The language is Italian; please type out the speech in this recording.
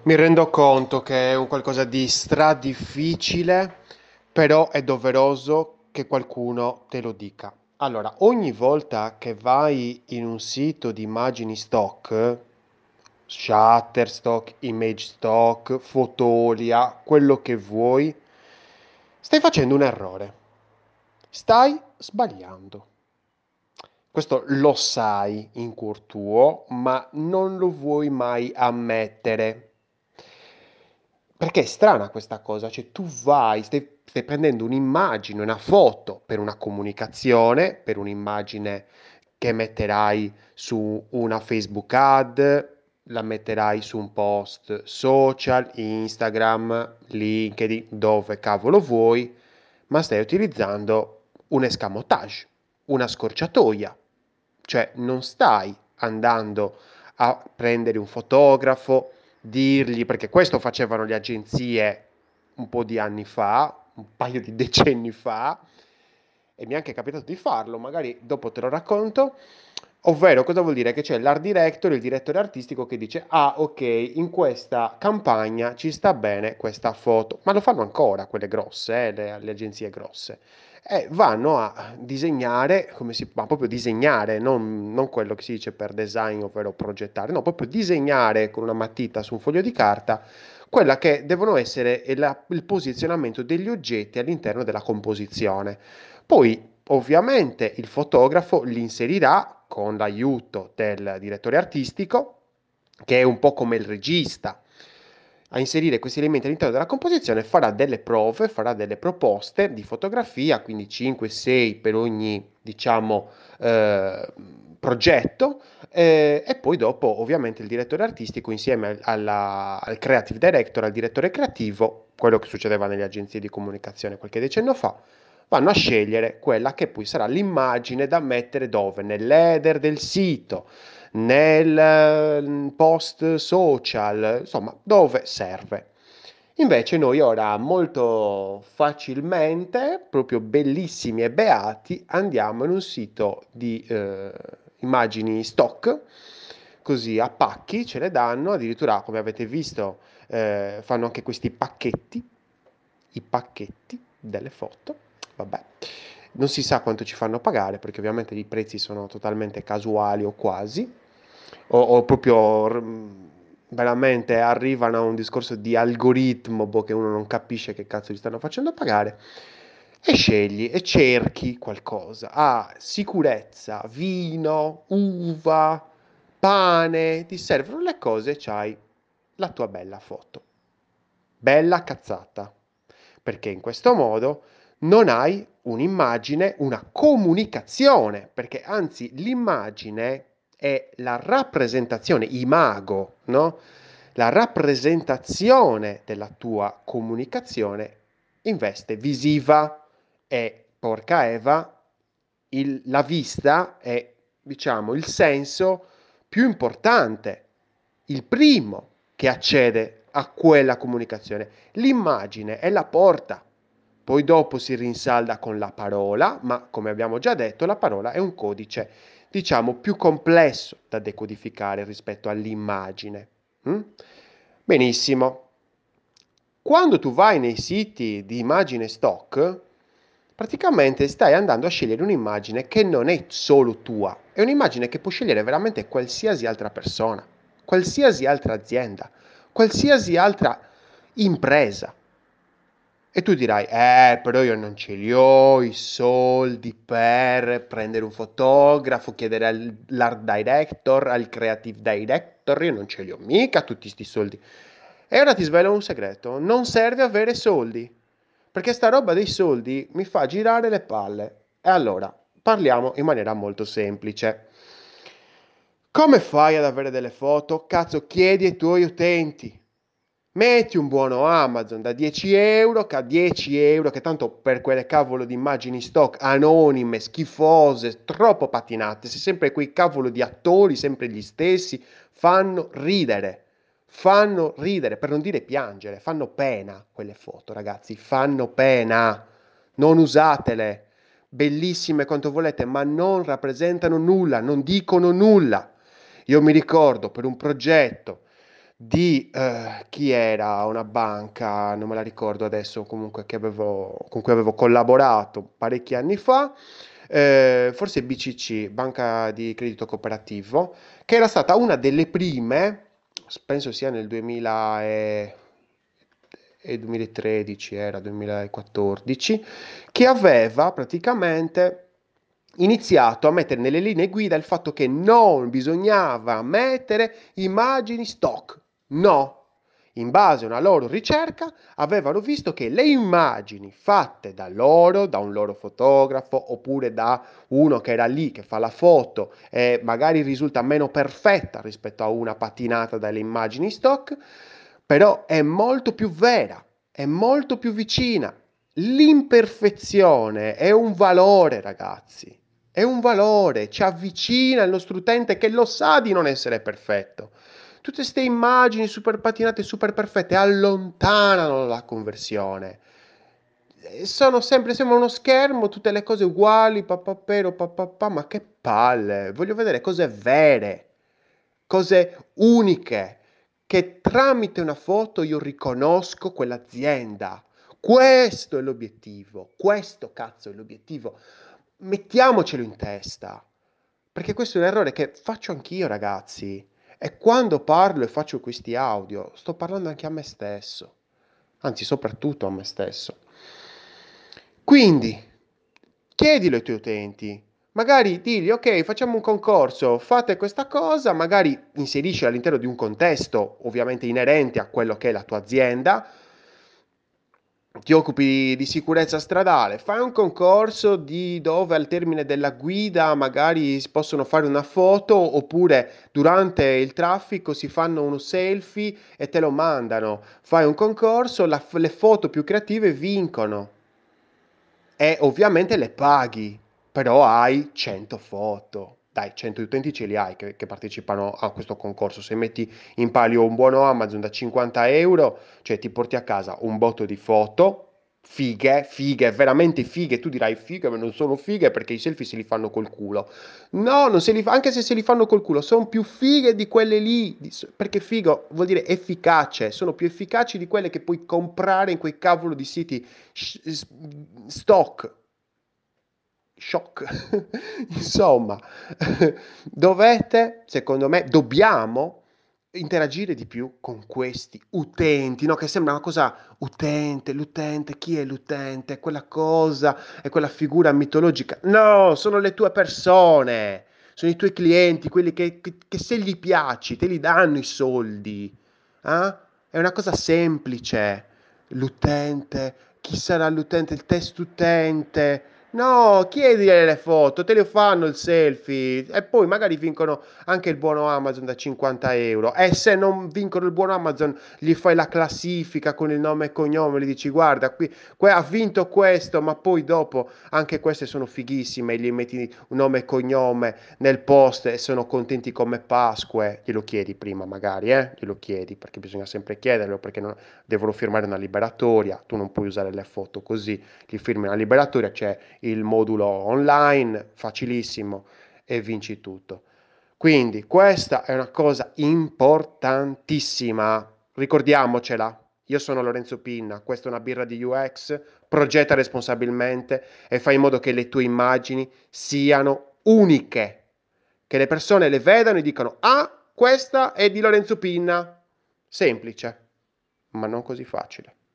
Mi rendo conto che è un qualcosa di difficile, però è doveroso che qualcuno te lo dica. Allora, ogni volta che vai in un sito di immagini stock, Shutterstock, Image Stock, Fotolia, quello che vuoi, stai facendo un errore. Stai sbagliando. Questo lo sai in cuor tuo, ma non lo vuoi mai ammettere. Perché è strana questa cosa, cioè tu stai prendendo un'immagine, una foto per una comunicazione, per un'immagine che metterai su una Facebook ad, la metterai su un post social, Instagram, LinkedIn, dove cavolo vuoi, ma stai utilizzando un escamotage, una scorciatoia, cioè non stai andando a prendere un fotografo, dirgli, perché questo facevano le agenzie un po' di anni fa, un paio di decenni fa, e mi è anche capitato di farlo, magari dopo te lo racconto. Ovvero, cosa vuol dire? Che c'è l'art director, il direttore artistico che dice: Ah, ok, in questa campagna ci sta bene questa foto. Ma lo fanno ancora quelle grosse, le agenzie grosse. E vanno a disegnare, ma proprio disegnare, non quello che si dice per design, ovvero progettare, no, proprio disegnare con una matita su un foglio di carta quella che devono essere il posizionamento degli oggetti all'interno della composizione. Poi, ovviamente, il fotografo li inserirà con l'aiuto del direttore artistico, che è un po' come il regista, a inserire questi elementi all'interno della composizione, farà delle prove, farà delle proposte di fotografia, quindi 5-6 per ogni, diciamo, progetto, e poi dopo ovviamente il direttore artistico insieme al creative director, al direttore creativo, quello che succedeva nelle agenzie di comunicazione qualche decennio fa, vanno a scegliere quella che poi sarà l'immagine da mettere dove? Nell'header del sito, nel post social, insomma, dove serve. Invece noi ora molto facilmente, proprio bellissimi e beati, andiamo in un sito di immagini stock, così a pacchi ce le danno, addirittura come avete visto fanno anche questi pacchetti, i pacchetti delle foto, vabbè. Non si sa quanto ci fanno pagare perché ovviamente i prezzi sono totalmente casuali o quasi, o proprio veramente arrivano a un discorso di algoritmo boh, che uno non capisce che cazzo gli stanno facendo pagare. E scegli e cerchi qualcosa. Ah, sicurezza, vino, uva, pane, ti servono le cose, c'hai la tua bella foto. Bella cazzata, perché in questo modo non hai un'immagine, una comunicazione, perché anzi l'immagine è la rappresentazione, imago, no? La rappresentazione della tua comunicazione in veste visiva e porca Eva, la vista è, diciamo, il senso più importante, il primo che accede a quella comunicazione. L'immagine è la porta, poi dopo si rinsalda con la parola, ma come abbiamo già detto, la parola è un codice, diciamo, più complesso da decodificare rispetto all'immagine. Mm? Benissimo. Quando tu vai nei siti di immagine stock, praticamente stai andando a scegliere un'immagine che non è solo tua, è un'immagine che può scegliere veramente qualsiasi altra persona, qualsiasi altra azienda, qualsiasi altra impresa. E tu dirai, però io non ce li ho i soldi per prendere un fotografo, chiedere all'art director, al creative director, io non ce li ho mica tutti sti soldi. E ora ti svelo un segreto, non serve avere soldi, perché sta roba dei soldi mi fa girare le palle. E allora, parliamo in maniera molto semplice. Come fai ad avere delle foto? Cazzo, chiedi ai tuoi utenti. Metti un buono Amazon da 10 euro, che a 10 euro, che tanto per quelle cavolo di immagini stock anonime, schifose, troppo patinate, se sempre quei cavolo di attori, sempre gli stessi, fanno ridere, per non dire piangere, fanno pena quelle foto, ragazzi, fanno pena, non usatele, bellissime quanto volete, ma non rappresentano nulla, non dicono nulla. Io mi ricordo per un progetto chi era una banca, non me la ricordo adesso, comunque con cui avevo collaborato parecchi anni fa, forse BCC, Banca di Credito Cooperativo, che era stata una delle prime, penso sia nel 2013, era 2014, che aveva praticamente iniziato a mettere nelle linee guida il fatto che non bisognava mettere immagini stock. No, in base a una loro ricerca avevano visto che le immagini fatte da loro, da un loro fotografo oppure da uno che era lì che fa la foto e magari risulta meno perfetta rispetto a una patinata dalle immagini stock, però è molto più vera, è molto più vicina. L'imperfezione è un valore, ragazzi. È un valore, ci avvicina il nostro utente che lo sa di non essere perfetto. Tutte queste immagini super patinate, super perfette, allontanano la conversione. Sono sempre, sembra uno schermo, tutte le cose uguali, papapero, papapà, ma che palle. Voglio vedere cose vere, cose uniche, che tramite una foto io riconosco quell'azienda. Questo è l'obiettivo, questo cazzo è l'obiettivo. Mettiamocelo in testa, perché questo è un errore che faccio anch'io, ragazzi. E quando parlo e faccio questi audio, sto parlando anche a me stesso, anzi, soprattutto a me stesso. Quindi, chiedilo ai tuoi utenti, magari digli, ok, facciamo un concorso, fate questa cosa, magari inserisci all'interno di un contesto ovviamente inerente a quello che è la tua azienda, ti occupi di sicurezza stradale, fai un concorso di dove al termine della guida magari si possono fare una foto oppure durante il traffico si fanno uno selfie e te lo mandano. Fai un concorso, le foto più creative vincono e ovviamente le paghi, però hai 100 foto. Dai, 100 utenti ce li hai che partecipano a questo concorso. Se metti in palio un buono Amazon da 50 euro, cioè ti porti a casa un botto di foto, fighe, fighe, veramente fighe. Tu dirai fighe, ma non sono fighe perché i selfie se li fanno col culo. No, non se li fa, anche se se li fanno col culo, sono più fighe di quelle lì, perché figo vuol dire efficace, sono più efficaci di quelle che puoi comprare in quei cavolo di siti stock, shock. Insomma, dovete, secondo me, dobbiamo interagire di più con questi utenti, no? Che sembra una cosa utente, l'utente, chi è l'utente? Quella cosa, è quella figura mitologica. No, sono le tue persone, sono i tuoi clienti, quelli che se gli piaci, te li danno i soldi. Ah? È una cosa semplice. L'utente, chi sarà l'utente? Il test utente. No, chiedile le foto, te le fanno il selfie e poi magari vincono anche il buono Amazon da 50 euro. E se non vincono il buono Amazon, gli fai la classifica con il nome e cognome, gli dici guarda, qui ha vinto questo, ma poi dopo anche queste sono fighissime, gli metti un nome e cognome nel post e sono contenti come Pasque. Glielo chiedi prima magari, glielo chiedi perché bisogna sempre chiederlo perché devono firmare una liberatoria, tu non puoi usare le foto così, gli firmi una liberatoria, c'è il modulo online, facilissimo e vinci tutto. Quindi questa è una cosa importantissima, ricordiamocela. Io sono Lorenzo Pinna, questa è una birra di UX, progetta responsabilmente e fai in modo che le tue immagini siano uniche, che le persone le vedano e dicano, ah, questa è di Lorenzo Pinna. Semplice, ma non così facile.